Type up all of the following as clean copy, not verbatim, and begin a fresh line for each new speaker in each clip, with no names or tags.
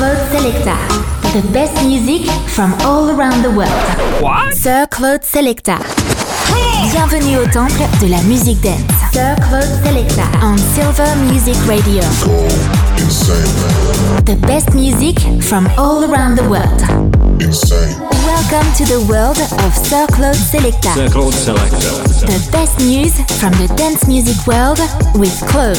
Claude Selecta. The best music from all around the world.
What?
Sir Claude Selecta. Bienvenue au temple de la musique dance. Sir Claude Selecta on Silver Music Radio. The best music from all around the world.
Insane.
Welcome to the world of Sir Claude Selecta.
Sir Claude Selecta.
The best news from the dance music world with Claude.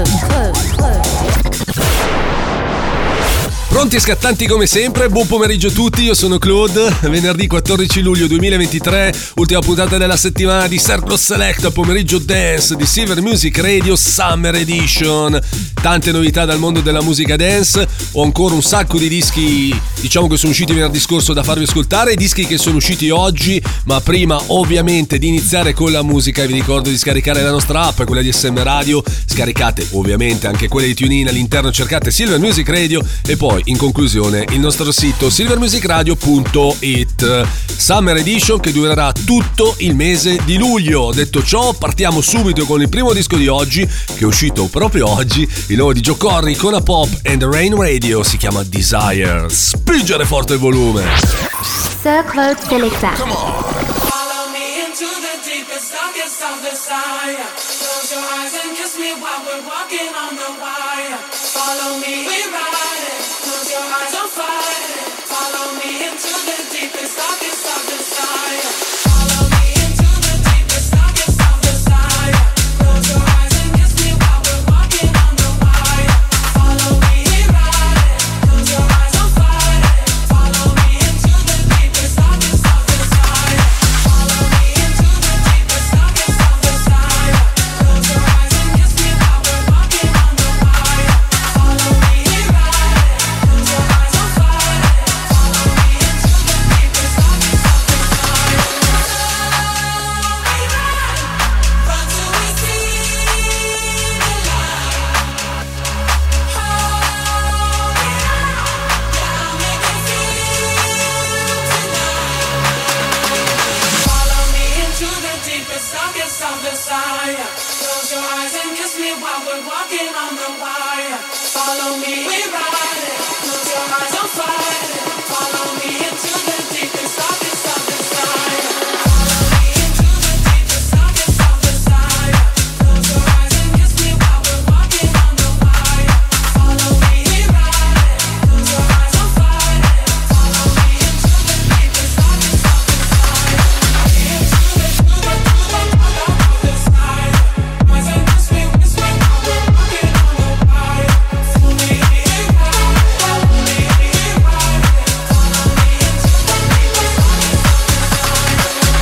Pronti e scattanti come sempre, buon pomeriggio a tutti, io sono Claude, venerdì 14 luglio 2023, ultima puntata della settimana di Sir Claude Selecta, pomeriggio dance di Silver Music Radio Summer Edition. Tante novità dal mondo della musica dance, ho ancora un sacco di dischi, diciamo che sono usciti venerdì scorso da farvi ascoltare, dischi che sono usciti oggi, ma prima ovviamente di iniziare con la musica vi ricordo di scaricare la nostra app, quella di SM Radio, scaricate ovviamente anche quelle di TuneIn, all'interno cercate Silver Music Radio e poi in conclusione il nostro sito silvermusicradio.it. Summer Edition che durerà tutto il mese di luglio. Detto ciò, partiamo subito con il primo disco di oggi, che è uscito proprio oggi, il nuovo di Joe Corry con A Pop and the Rain Radio, si chiama Desire. Spingere forte il volume.
Sir Claude Selecta.
Follow me into the deepest, darkest of desire. Close your eyes and kiss me while we're walking on the wire. Follow me, we ride it. Close your eyes, on fire. Follow me into the deepest, darkest of desire. Follow me into the deepest, darkest of desire. Close your eyes and kiss me while we're walking on the wire. Follow me, we ride it. Close your eyes, on fire. Follow me into the deepest, darkest of desire. Follow me into the deepest, darkest of desire. Close your eyes and kiss me while we're walking on the wire. Follow me, we ride it. Close your eyes, on fire. Follow me into the deepest, darkest of desire. We ride, run till we see the light. Oh, we ride, yeah, make me feel tonight. Follow me into the deepest, darkest of desire. Close your eyes and kiss me while we're walking on the wire. Follow me, we ride it. Close your eyes, on fire. Follow me into the deepest, darkest of desire. Follow me into the deepest, darkest of desire. Close your eyes and kiss me while we're walking on the wire. Follow me, we ride it. Close your eyes, on fire. Follow me into the deepest, darkest of desire. Into the darkest of desire. Eyes and kiss me while we're walking on the wire. Follow me, we ride it. Follow me, we ride it. Follow me into the deepest, darkest of desire.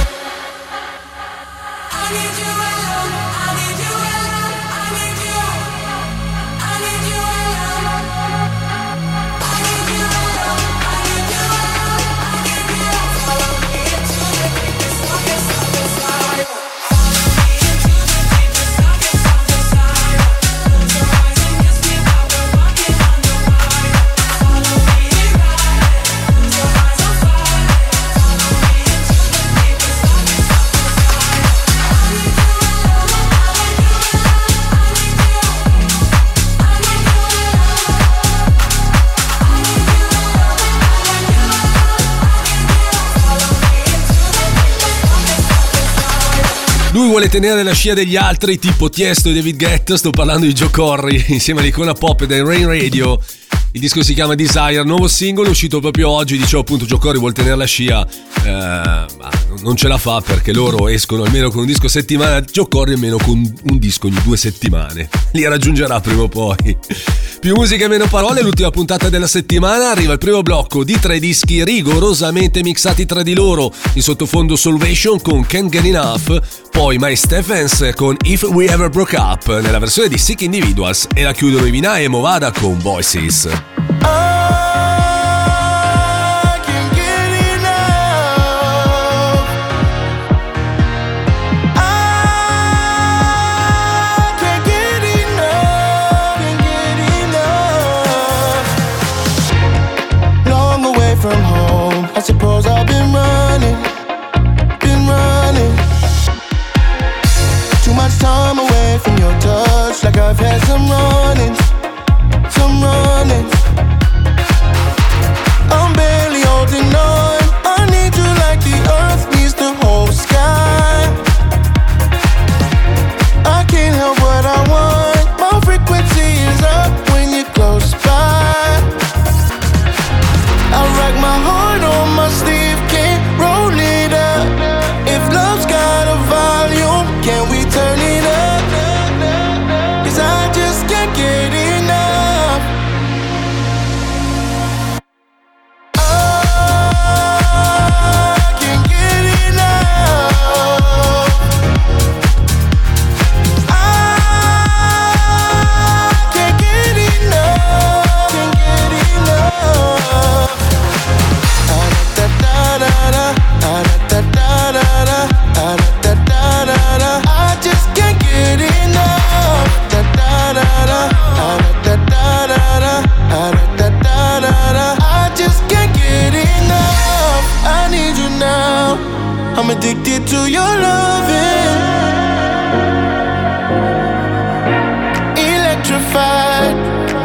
I need you alone. I need you alone. I need you. I need you alone. I need you alone. I need you alone. I need you. Follow me into the deepest, darkest of desire. Follow me into the deepest, darkest of desire. Close your eyes and kiss me while we're walking on the wire. Follow me, we ride it. Close your eyes, on fire. Follow me into the deepest, darkest of desire. I need you alone. I need you alone. I need you. I need you alone. I need you alone. I need you alone. I need you. Follow me into the deepest, darkest of desire.
Lui vuole tenere la scia degli altri, tipo Tiesto e David Guetta. Sto parlando di Joe Corry insieme all'icona pop e dai Rain Radio. Il disco si chiama Desire, nuovo singolo uscito proprio oggi. Dicevo appunto, Joe Corry vuole tenere la scia, ma non ce la fa perché loro escono almeno con un disco a settimana. Joe Corry almeno con un disco ogni 2 settimane. Li raggiungerà prima o poi. Più musica e meno parole, l'ultima puntata della settimana. Arriva il primo blocco di 3 dischi rigorosamente mixati tra di loro. In sottofondo Salvation con Can't Get Enough, poi Mike Stephens con If We Ever Broke Up nella versione di Sick Individuals, e la chiudono i Vinay e Movada con Voices.
From home, I suppose I've been running. Too much time away from your touch, like I've had some run-ins.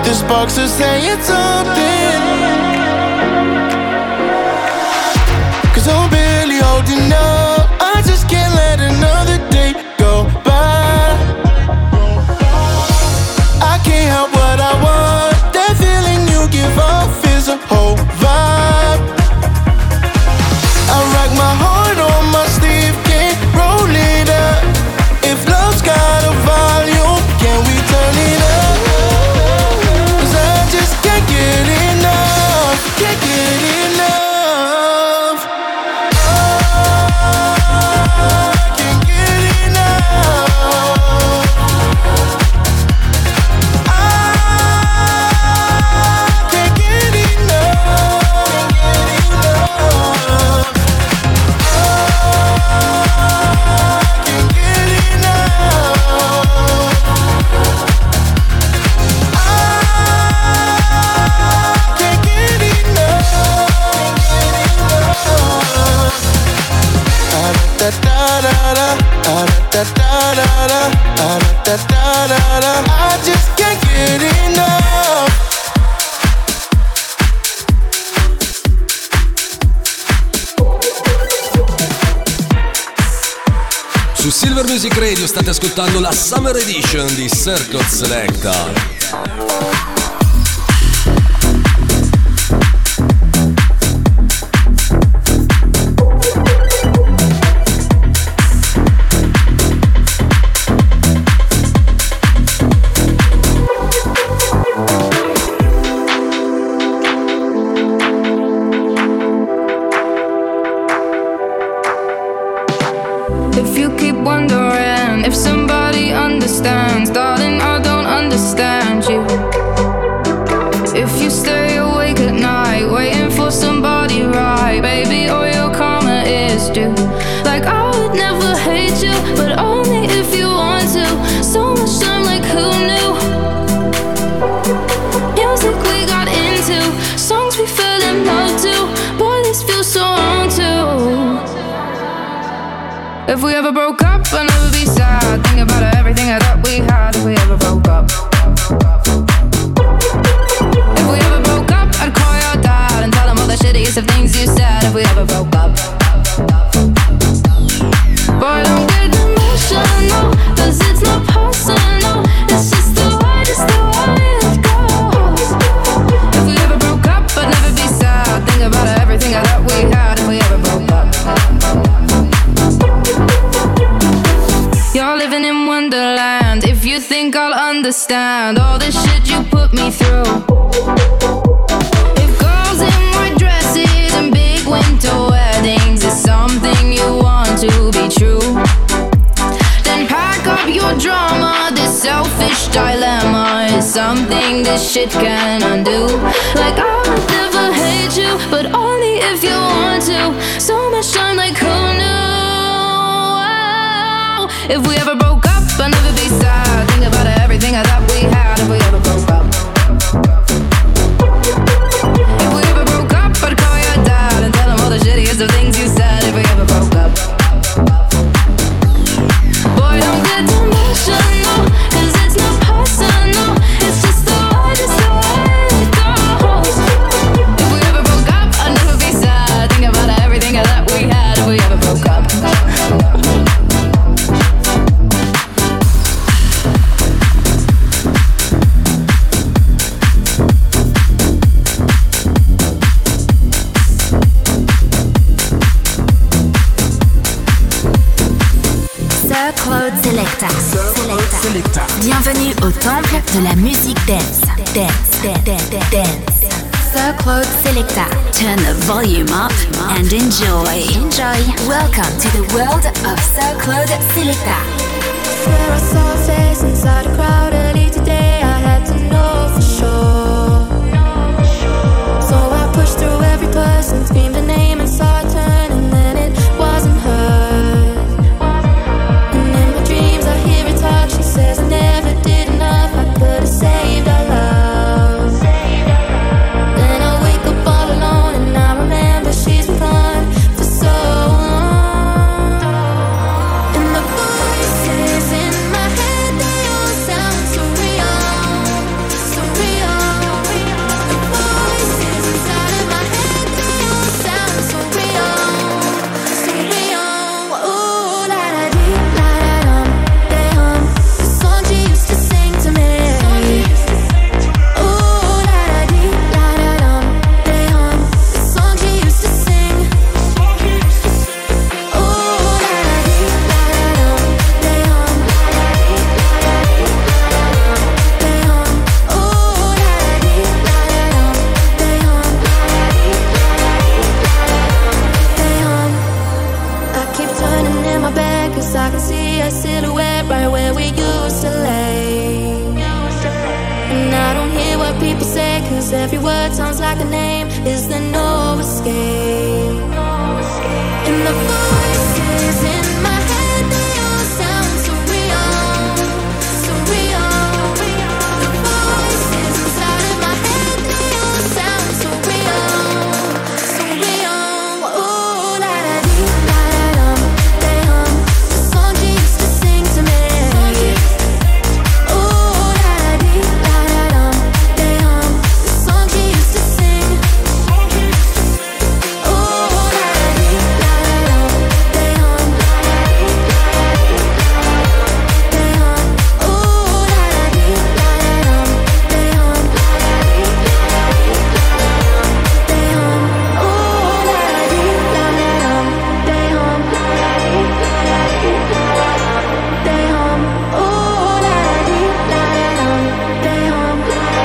the sparks are saying something. 'Cause I'm barely holding up. I just can't let another day go by. I can't help what I want. That feeling you give off is a whole vibe. I write my heart on my sleeve, can't roll it up. If love's got a volume, can we turn it up? 'Cause I just can't get enough, can't get enough. I can't get enough. I can't get enough, can't get enough. Can't get enough. Can't get enough. I just can't get enough.
Su Silver Music Radio state ascoltando la Summer Edition di Circle Selecta.
If you keep wondering if somebody understands, darling, I don't understand you. If you stay awake at night waiting for somebody right, baby, all your karma is due. Like I would never hate you, but only if you want to. So much time, like who knew? Music we got into, songs we fell in love to. Boy, this feels so wrong too. If we ever broke up, I'd never be sad. Think about everything that we had. If we ever broke up. If we ever broke up, I'd call your dad and tell him all the shittiest of things you said. If we ever broke up. Boy, don't get emotional, 'cause it's not personal. It's just the way it goes. If we ever broke up, I'd never be sad. Think about everything that we had. If we ever broke up. You're living in Wonderland. If you think I'll understand all the shit you put me through. If girls in white dresses and big winter weddings is something you want to be true, then pack up your drama. This selfish dilemma is something this shit can undo. Like I would never hate you, but only if you want to. So much time, like who knew? If we ever broke up, I'd never be sad. Think about everything that we had. If we ever broke up. If we ever broke up, I'd call your dad and tell him all the shittiest of things you said. If we ever broke up. Boy, don't get emotional, 'cause it's not personal. It's just the way it goes. If we ever broke up, I'd never be sad. Think about everything that we had. If we ever broke up.
Claude Selecta. Bienvenue au temple de la musique dance. Sir Claude Selecta. Turn the volume up and enjoy. Welcome to the world of Sir Claude Selecta.
There I saw a face inside a crowd early today. I had to know for sure. So I pushed through every person, screamed her name and saw her turn, and then it wasn't her. She says I never did enough, I could have saved our love. Then I wake up all alone and I remember she's been gone for so long. And the voices in my head, they all sound so real. close, every word sounds like a name. Is there no escape? And the voices in my head, they all sound surreal, surreal. The voices inside of my head, they all sound surreal, surreal. Ooh, la da dee, la da dum, they hum the song you used to sing to me. Ooh, la da dee, la da dum, they hum the song you used to sing. Ooh, la da dee, la da dum, they hum, they hum. Ooh, la da dee, la da dum, they hum, they hum. Ooh, la da dee, la da dum, they hum, they hum. Ooh, la da dee, la da dum, they hum,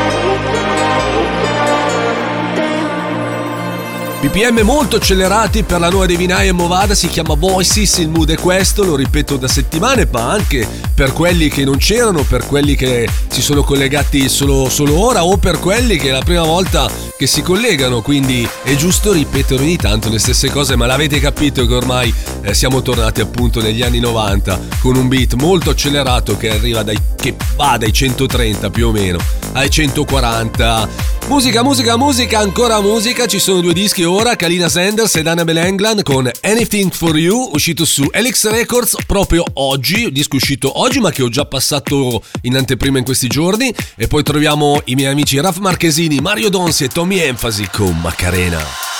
they hum.
BPM molto accelerati per la nuova di Vinay e Movada, si chiama Voices, il mood è questo, lo ripeto da settimane, ma anche per quelli che non c'erano, per quelli che si sono collegati solo ora o per quelli che è la prima volta che si collegano, quindi è giusto ripetere ogni tanto le stesse cose, ma l'avete capito che ormai siamo tornati appunto negli anni 90 con un beat molto accelerato che va dai 130 più o meno ai 140. Musica, ancora musica, ci sono due dischi ora, Kalina Sanders ed Annabelle England con Anything For You, uscito su Helix Records proprio oggi, disco uscito oggi ma che ho già passato in anteprima in questi giorni, e poi troviamo i miei amici Raf Marchesini, Mario Donzi e Tommy Enfasi con Macarena.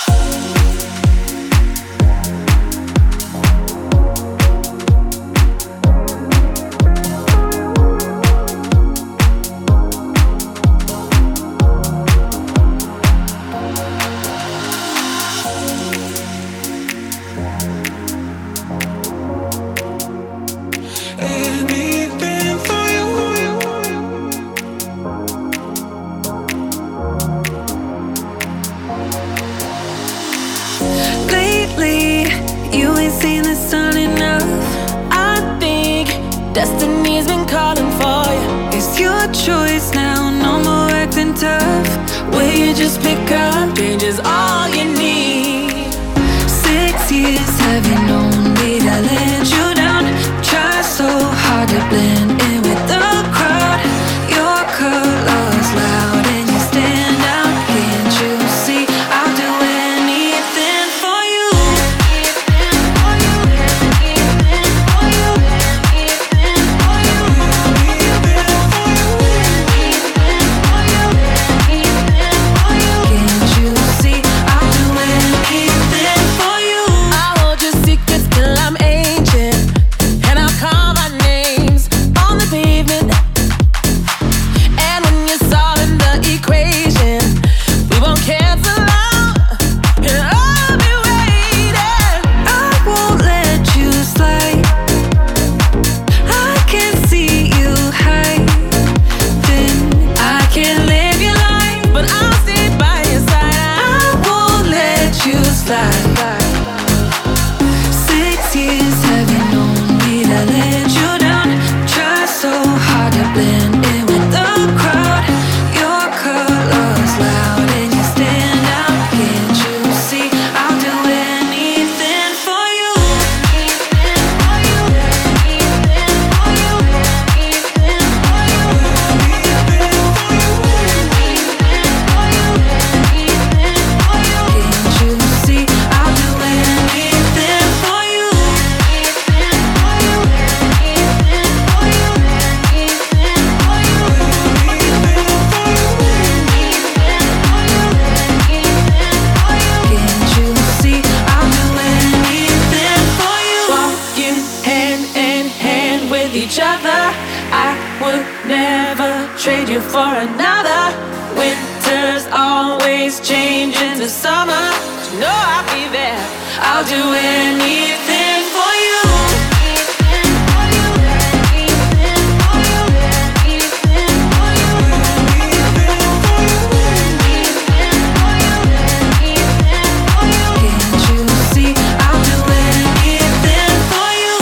Anything for you.
Lately, you ain't seen the sun enough. I think destiny's been calling for you. It's your choice now, no more acting tough. Will you just pick up? Change is all you need. 6 years have you known me to let you down? Try so hard to blend in with the crowd. Your colors loud and you stand out. Can't you see? I'll do anything for you. Can't you see? I'll do anything for you. I'll hold your secrets till I'm ancient, and I'll call our names on the pavement. And when you're solving the equation, we won't cancel out, and I'll be waiting. I won't let you slide. I can see you hiding. I can live your life, but I'll stay by your side. I won't let you slide. 6 years have you known me to let you down? Try so hard to blend in with the crowd. Your colors loud and you stand out. Can't you see? I'll do anything for you. Can't you see? I'll do anything for you. Can't you see? I'll do anything for you. Walking hand in hand with each other, I would never trade you for another. Winter's always change into summer. You know I'll be there. I'll do anything for you. Can't you see? I'll do anything for you.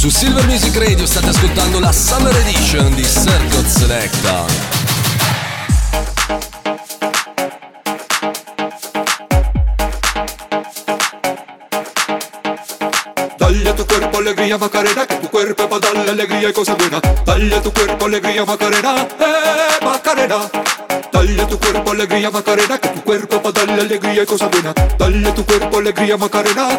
Su Silver Music Radio state ascoltando la Summer Edition di Circle Selecta.
Dale a tu cuerpo alegría Macarena, que tu cuerpo va a darle alegría y cosa buena. Dale a tu cuerpo alegría Macarena, Macarena. Dale a tu cuerpo alegría Macarena, que tu cuerpo va a darle alegría y cosa buena. Dale a tu cuerpo alegría Macarena,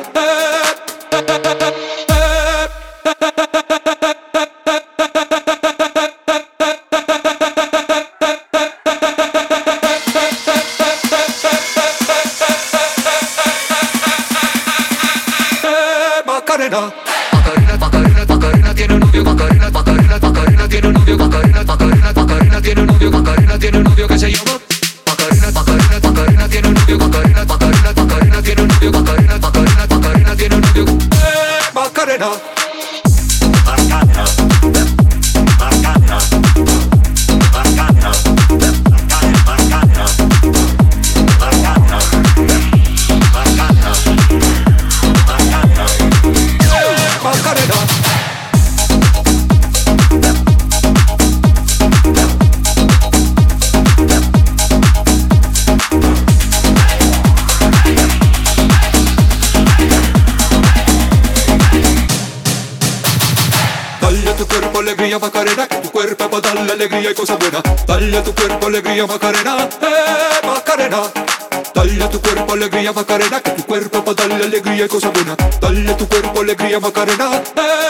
Macarena. Macarena tiene un novio, Macarena tiene un novio, Macarena tiene un novio, Macarena tiene un novio que se llama Macarena tiene un novio, Macarena tiene un novio, Macarena tiene un novio, Macarena. Alegría Macarena, que tu cuerpo va a darle alegría y cosa buena. Dale a tu cuerpo alegría Macarena, Macarena. Dale a tu cuerpo alegría Macarena, que tu cuerpo va a darle alegría y cosa buena. Dale a tu cuerpo alegría Macarena,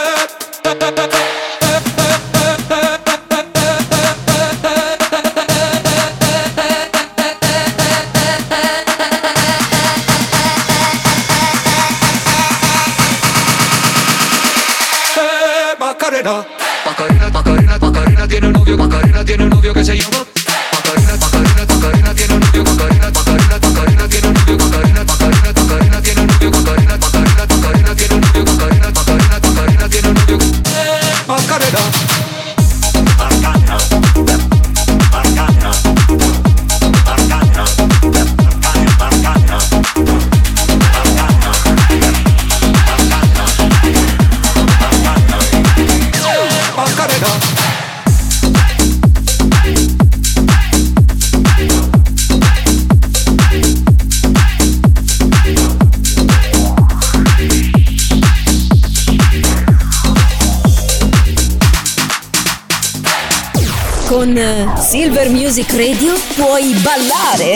Macarena. Macarena tiene un novio, Macarena tiene un novio que se llama Macarena tiene un novio, Macarena tiene un novio, Macarena tiene un novio, Macarena tiene un novio, Macarena tiene un novio, Macarena.
Con Silver Music Radio puoi ballare.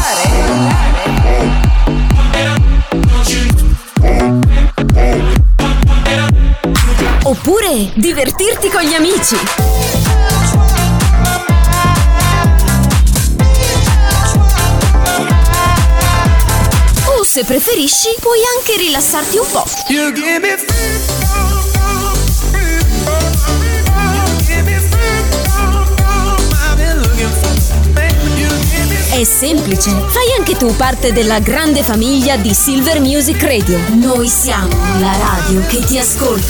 Oppure divertirti con gli amici. O se preferisci puoi anche rilassarti un po'. È semplice, fai anche tu parte della grande famiglia di Silver Music Radio. Noi siamo la radio che ti ascolta.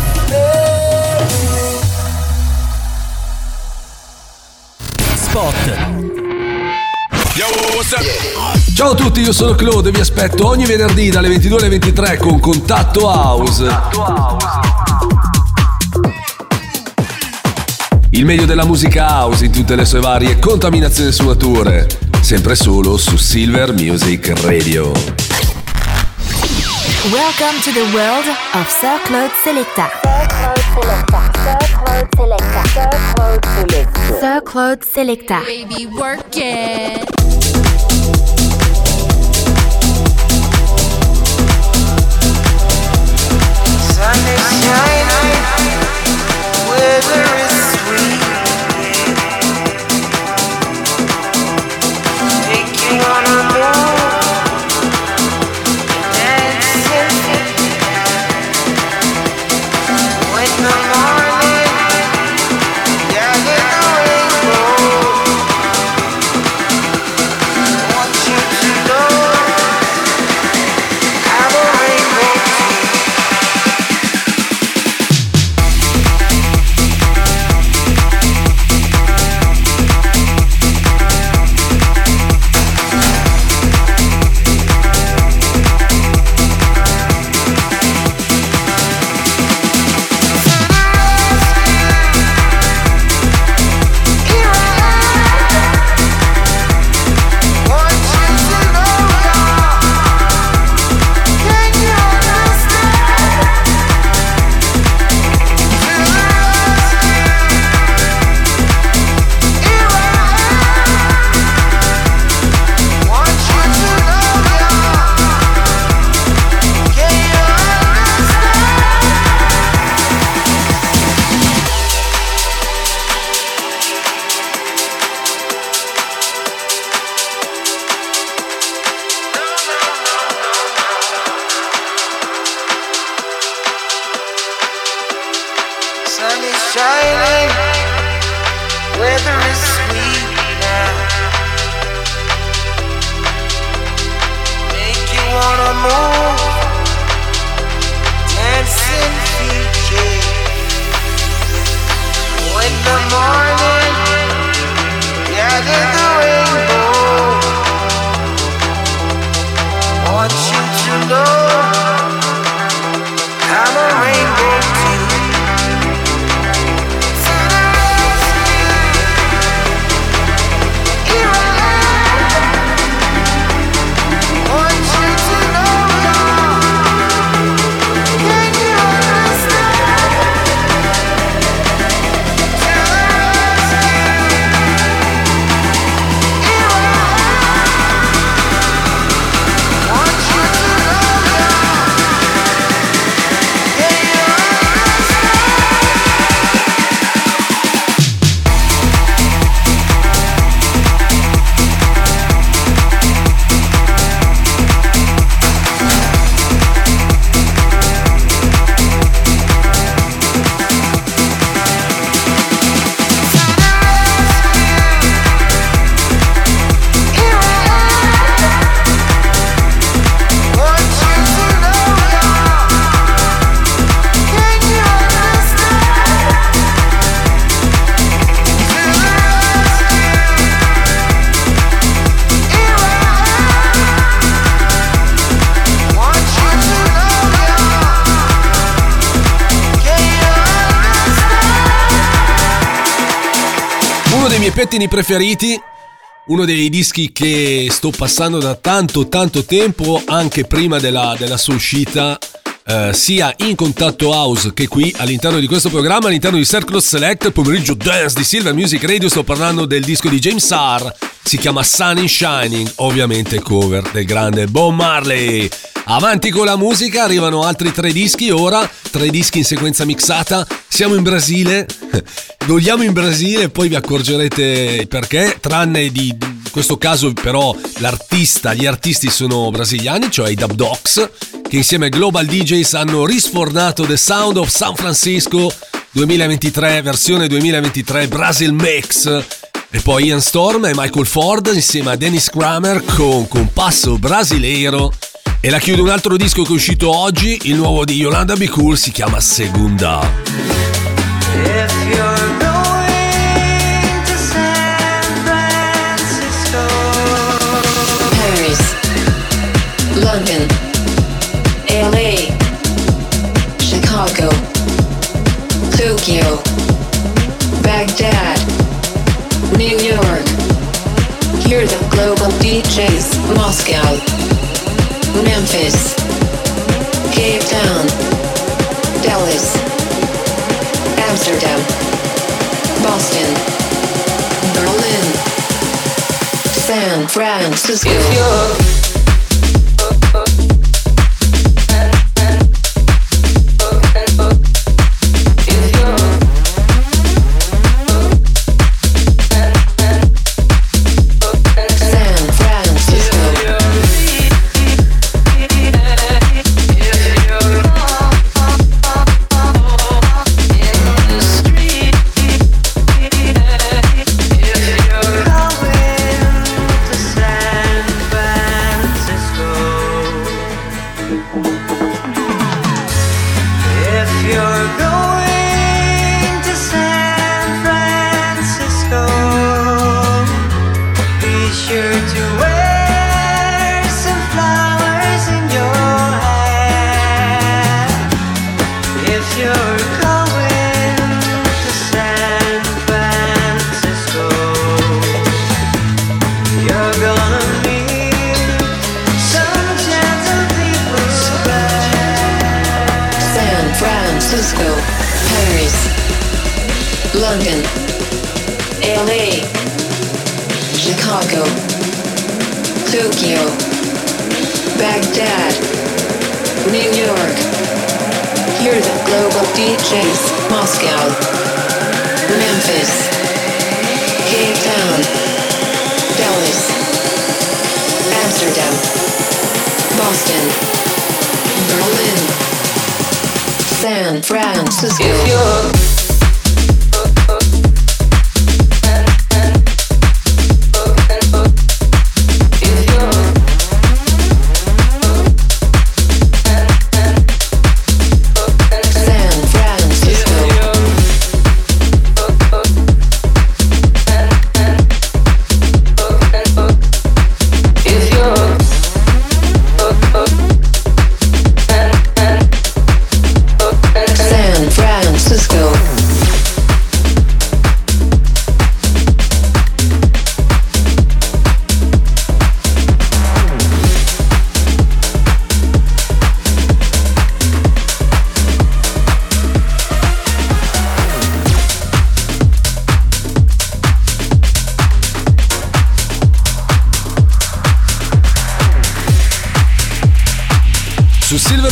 Spot. Yo, what's up? Ciao a tutti, io sono Claude e vi aspetto ogni venerdì dalle 22 alle 23 con Contatto House. Il meglio della musica house in tutte le sue varie contaminazioni e sfumature, sempre solo su Silver Music Radio.
Welcome to the world of Sir Claude Selecta. Sir Claude Selecta.
Baby, work it.
shining, weather is sweet now. Make you wanna move, dancing feet, yeah. When the morning gather the rainbow, want you to know I'm a rainbow too.
Pettini preferiti, uno dei dischi che sto passando da tanto tempo, anche prima della sua uscita, sia in Contatto House che qui all'interno di questo programma, all'interno di Circle Select, pomeriggio dance di Silver Music Radio. Sto parlando del disco di James Arr, si chiama Sun in Shining, ovviamente cover del grande Bob Marley. Avanti con la musica, arrivano altri 3 dischi ora, 3 dischi in sequenza mixata. Siamo in Brasile, vogliamo in Brasile, poi vi accorgerete perché, tranne di questo caso però gli artisti sono brasiliani, cioè i Dub Dogs, che insieme ai Global DJs hanno risfornato The Sound of San Francisco 2023, versione 2023 Brazil Mix. E poi Ian Storm e Michael Ford insieme a Dennis Kramer con Compasso Brasileiro. E la chiude un altro disco che è uscito oggi, il nuovo di Yolanda Be Cool, si chiama Segunda.
If you're going to San Francisco,
Paris, London, LA, Chicago, Tokyo, Baghdad, New York, hear the global DJs, Moscow, Memphis, Cape Town, Dallas, Amsterdam, Boston, Berlin, San Francisco. London, LA, Chicago, Tokyo, Baghdad, New York. Hear the global DJs, Moscow, Memphis, Cape Town, Dallas, Amsterdam, Boston, Berlin, San Francisco.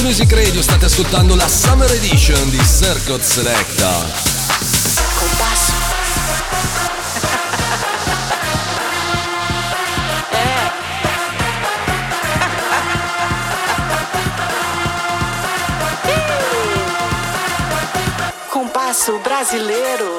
Music Radio, state ascoltando la Summer Edition di Circle Selecta.
Compasso brasileiro.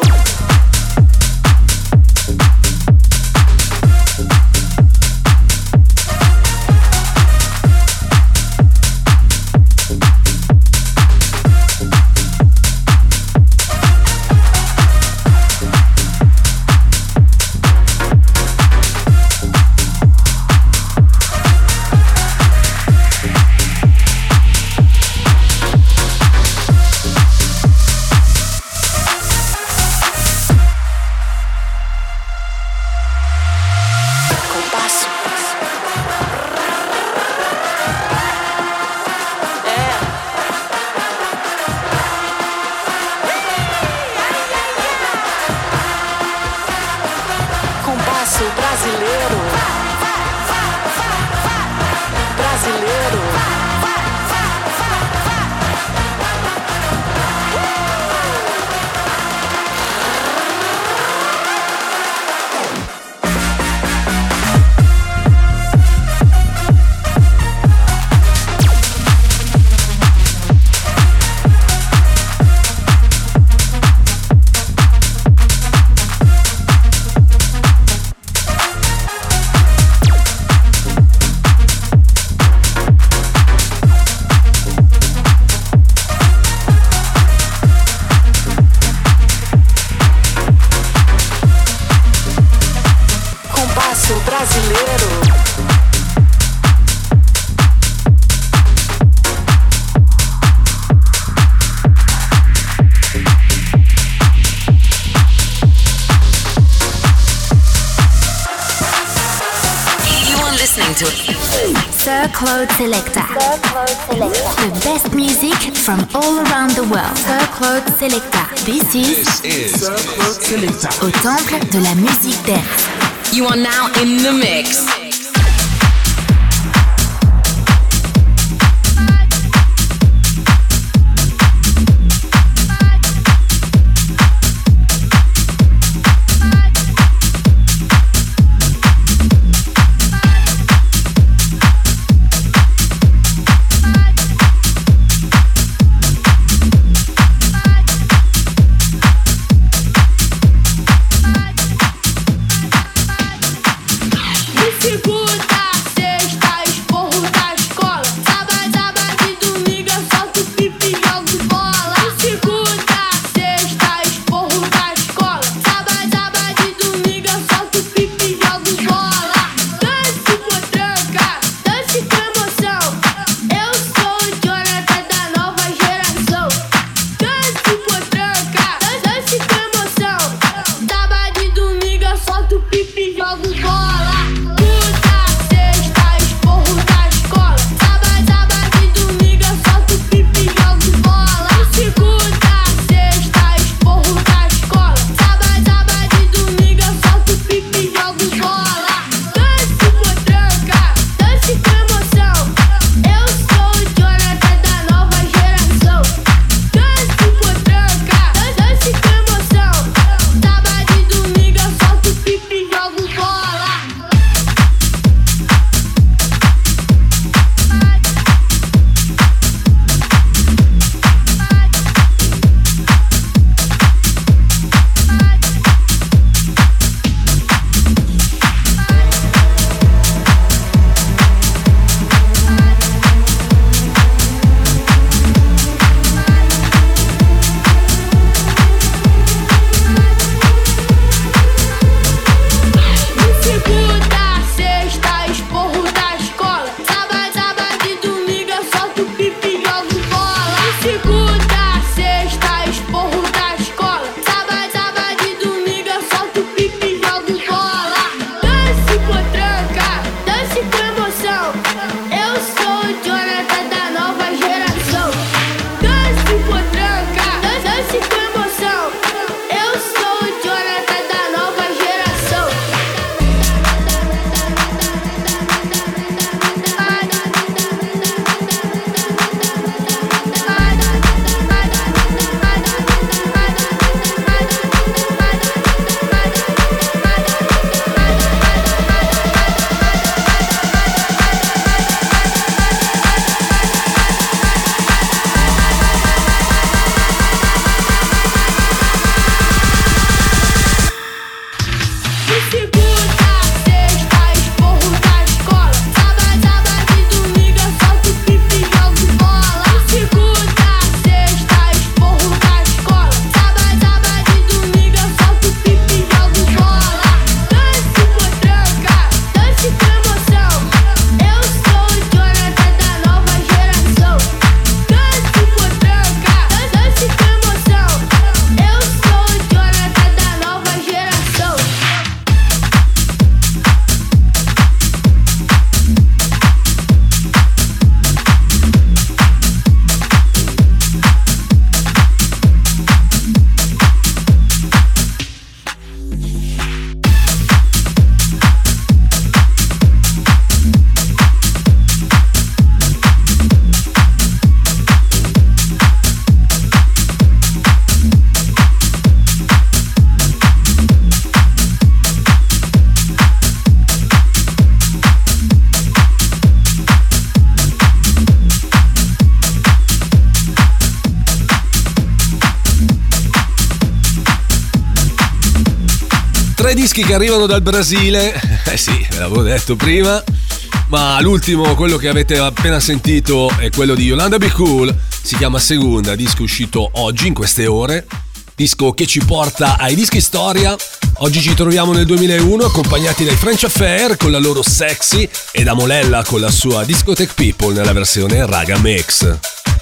Sir Claude Selecta. The best music from all around the world. Sir Claude Selecta. This is
Sir
Claude Selecta. Au temple de la musique dance.
You are now in the mix.
This is
3 dischi che arrivano dal Brasile. Sì, ve l'avevo detto prima. Ma l'ultimo, quello che avete appena sentito, è quello di Yolanda Be Cool. Si chiama Segunda, disco uscito oggi in queste ore. Disco che ci porta ai dischi storia. Oggi ci troviamo nel 2001 accompagnati dai French Affair con la loro Sexy e da Molella con la sua Discotheque People nella versione Raga Mix.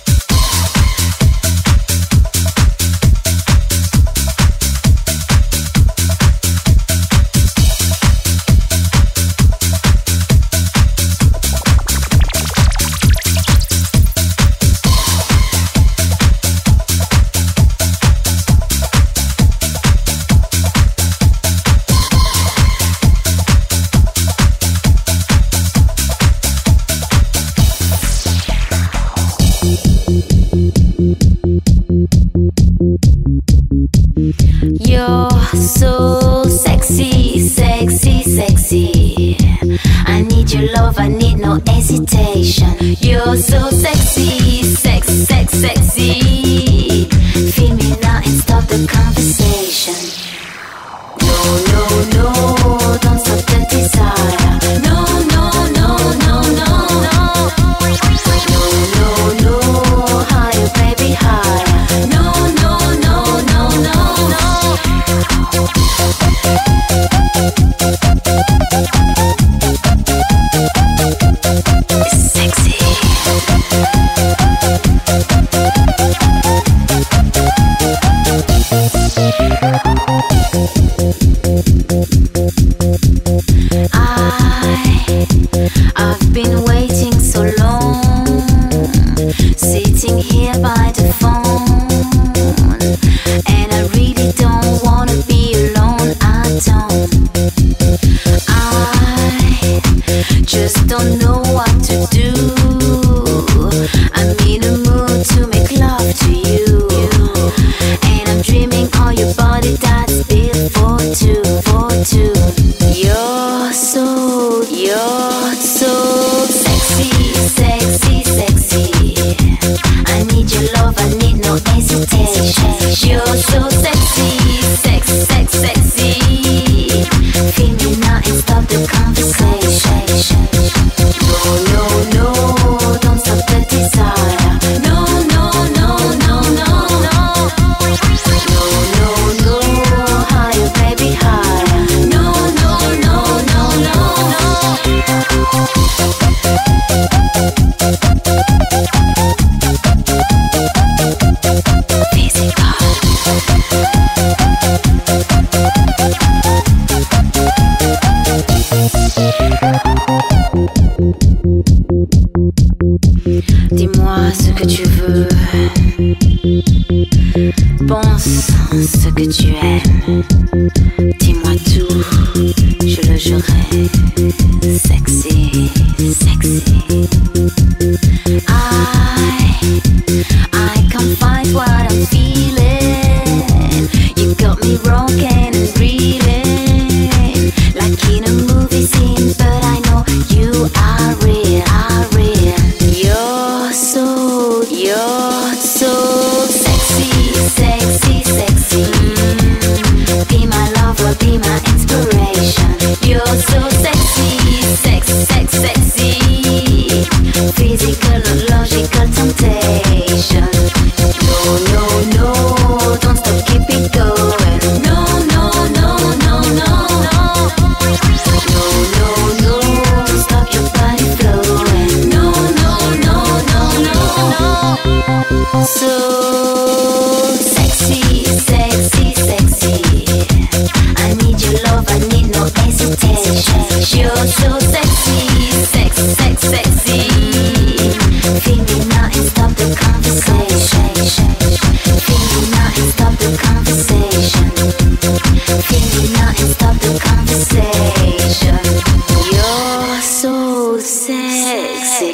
You're so sexy, sexy, sexy. I need your love, I need no hesitation. You're so sexy, sex, sex, sexy. Feel me now and stop the conversation. No, no, no, don't stop the desire. No, no, no, no, no, no. No, no, no, higher, baby, higher. No, no, no, no, no, no. Sexy. I've been waiting so long, sitting here by the phone, and I really don't wanna be alone. I just don't know what to do. I'm in a mood to make love to you, and I'm dreaming on your body that's built for two, for two. You're so sexy, sexy, sexy. I need your love, I need no hesitation. You're so sexy, sex, sex, sexy. Feel me now and stop the conversation. No, no, no, don't stop the desire. No, no, no, no, no, no. No, no, no, higher, baby, higher. No, no, no, no, no, no. Dis-moi ce que tu veux, pense ce que tu aimes. Dis-moi tout, je le jurerai. Sexy, sexy. I can't find what I'm feeling. You got me broken and reeling, like in a movie scene, but I know you are real, are real. You're so sexy, sexy, sexy. Be my lover, be my inspiration. You're so sexy, sex, sex, sexy. Physical or logical temptation. No, no, no, don't stop, keep it going. No, no, no, no, no, no. No, no, no, stop your body flowing. No, no, no, no, no, no. So sexy, sexy, sexy. I need your love, I need no hesitation. You're so sexy, sex, sex, sexy. Feel me now and stop the conversation. Feel me now and stop the conversation. Feel me now and stop the conversation. You're so sexy.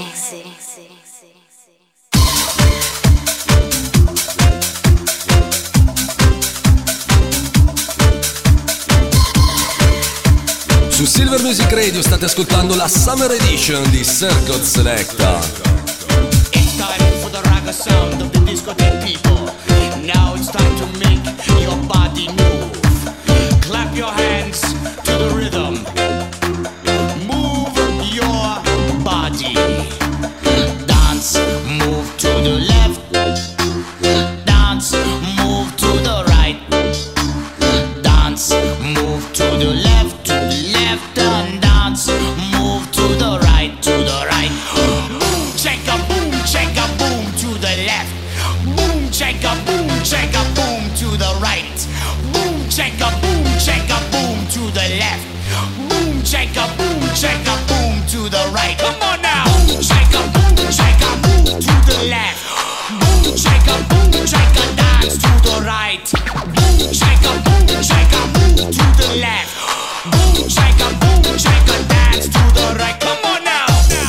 Su Silver Music Radio state ascoltando la Summer Edition di Circle Selecta.
It's time for the raga sound of the discotheque people. Now it's time to make your body move. clap your hands to the rhythm. Move your body. Dance, move to the left. Dance, move to the right. Dance, move to the left, and dance, move to the right, Boom, checka, boom, to the left. Boom, checka, boom, to the right. Boom, checka, boom, to the left. Boom, checka, boom, to the right. Come on now. Boom, checka, boom, to the left. Boom, checka, dance to the right. Boom, checka, boom, to the left. Boom, checka, dance to the right. Come on now.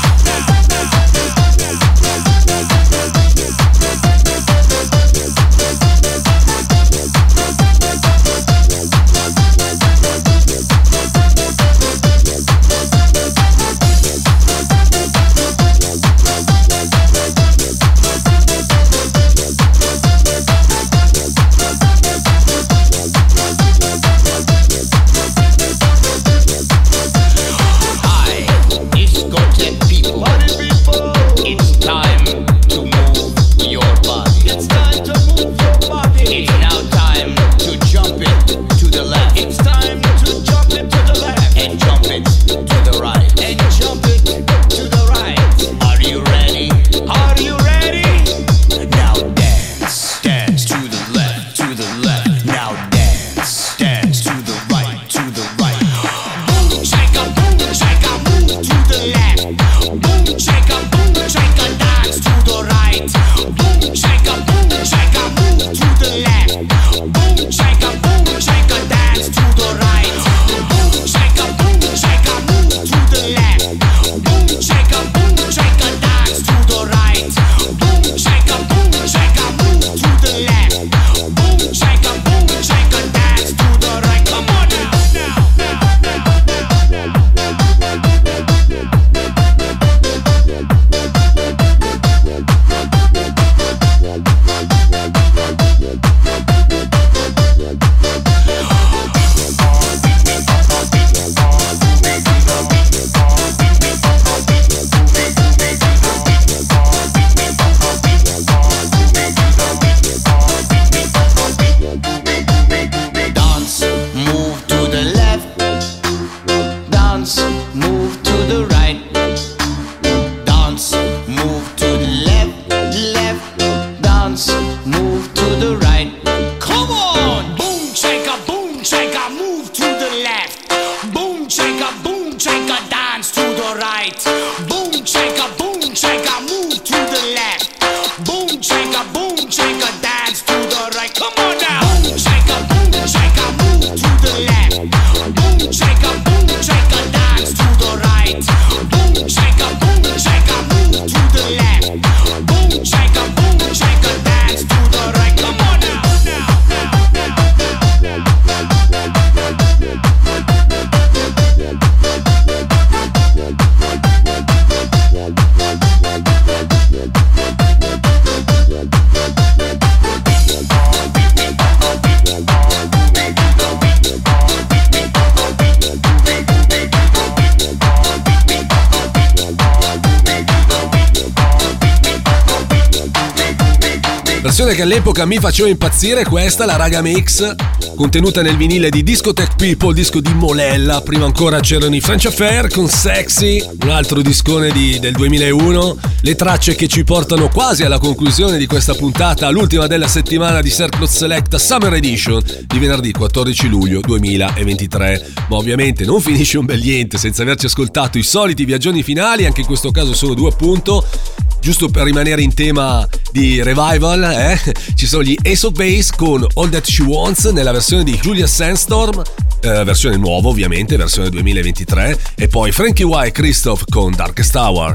Che all'epoca mi faceva impazzire, questa, la Raga Mix, contenuta nel vinile di Discotheque People, disco di Molella. Prima ancora c'erano i French Affair con Sexy, un altro discone del 2001. Le tracce che ci portano quasi alla conclusione di questa puntata, l'ultima della settimana di Circlot Selecta Summer Edition di venerdì 14 luglio 2023. Ma ovviamente non finisce un bel niente senza averci ascoltato i soliti viaggioni finali, anche in questo caso solo 2 appunto. Giusto per rimanere in tema di revival, ci sono gli Ace of Base con All That She Wants nella versione di Julia Sandstorm, versione nuova ovviamente, versione 2023, e poi Frankie Y e Christoph con Darkest Hour.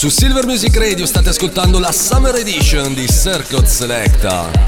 Su Silver Music Radio state ascoltando la Summer Edition di Circle Selecta.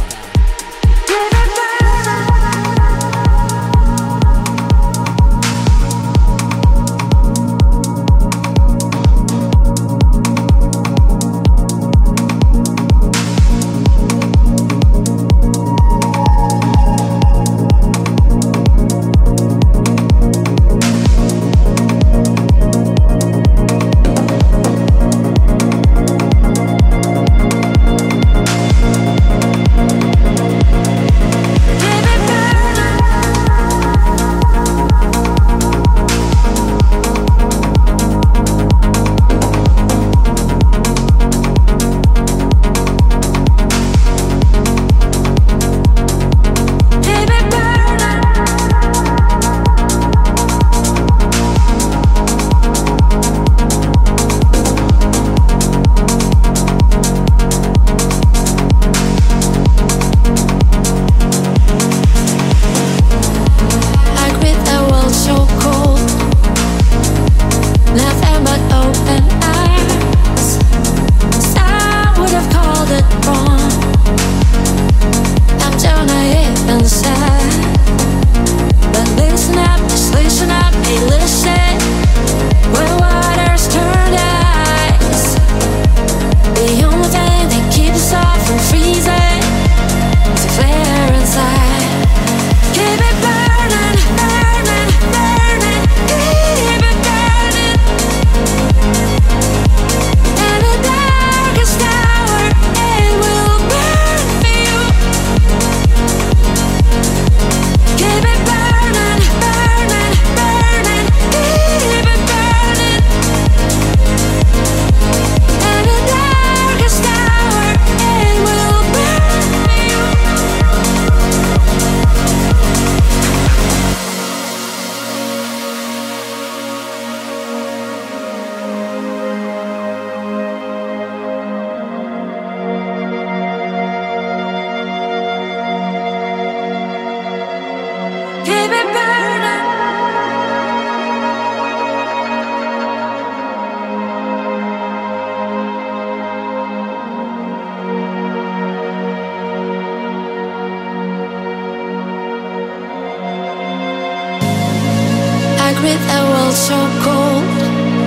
With a world so cold,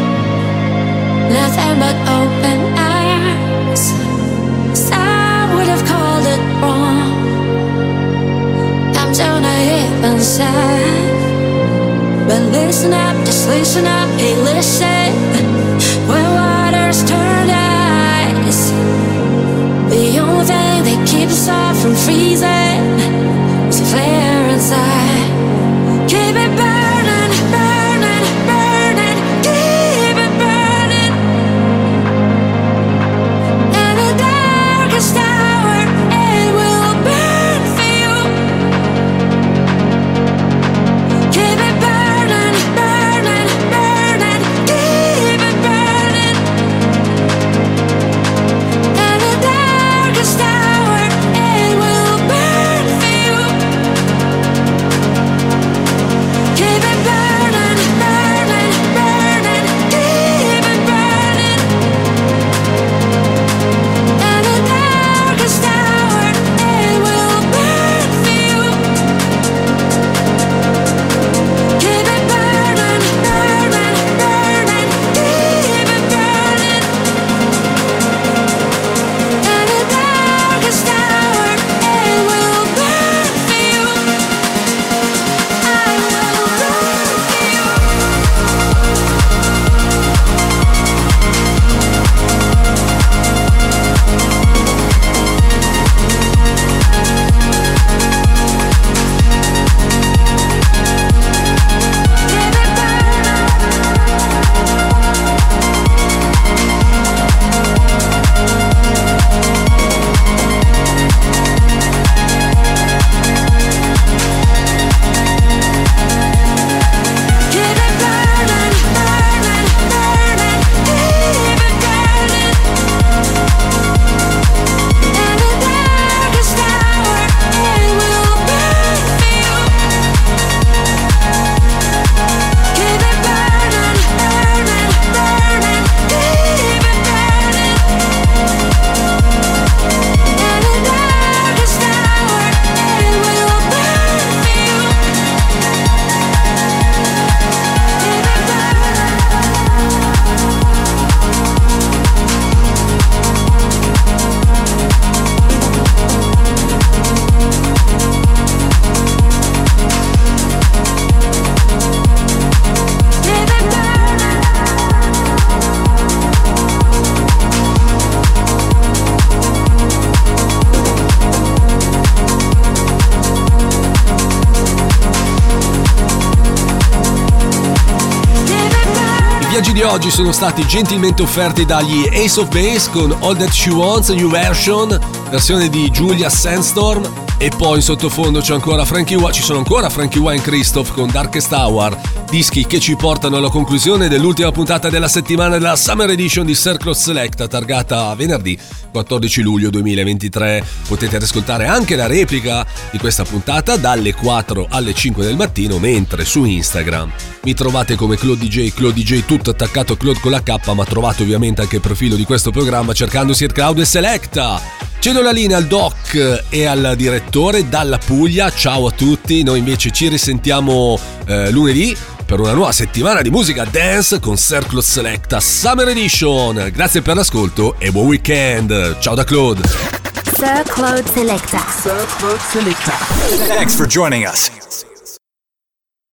nothing but open eyes. Some would have called it wrong. I'm so naive and sad. But listen up, just listen up, hey listen. When waters turn ice, the only thing that keeps us all from freezing is a flare inside. Keep it burning, burning, burning, keep it burning. In the darkest hour, it will burn for you. Keep it burning, burning, burning, keep it burning. In the darkest hour, it will burn.
di oggi sono stati gentilmente offerti dagli Ace of Base con All That She Wants, a new version, versione di Julia Sandstorm, e poi in sottofondo c'è ancora ci sono ancora Frankie Wine Christoph con Darkest Hour, dischi che ci portano alla conclusione dell'ultima puntata della settimana della Summer Edition di Circle Selecta, targata venerdì 14 luglio 2023. Potete ascoltare anche la replica di questa puntata dalle 4 alle 5 del mattino, mentre su Instagram mi trovate come Claude DJ, tutto attaccato a Claude con la K, ma trovate ovviamente anche il profilo di questo programma cercando SoundCloud e Selecta. Cedo la linea al doc e al direttore dalla Puglia. Ciao a tutti, noi invece ci risentiamo lunedì per una nuova settimana di musica dance con Circle Selecta Summer Edition. Grazie per l'ascolto e buon weekend. Ciao da Claude.
Circle Selecta.
Thanks for joining us.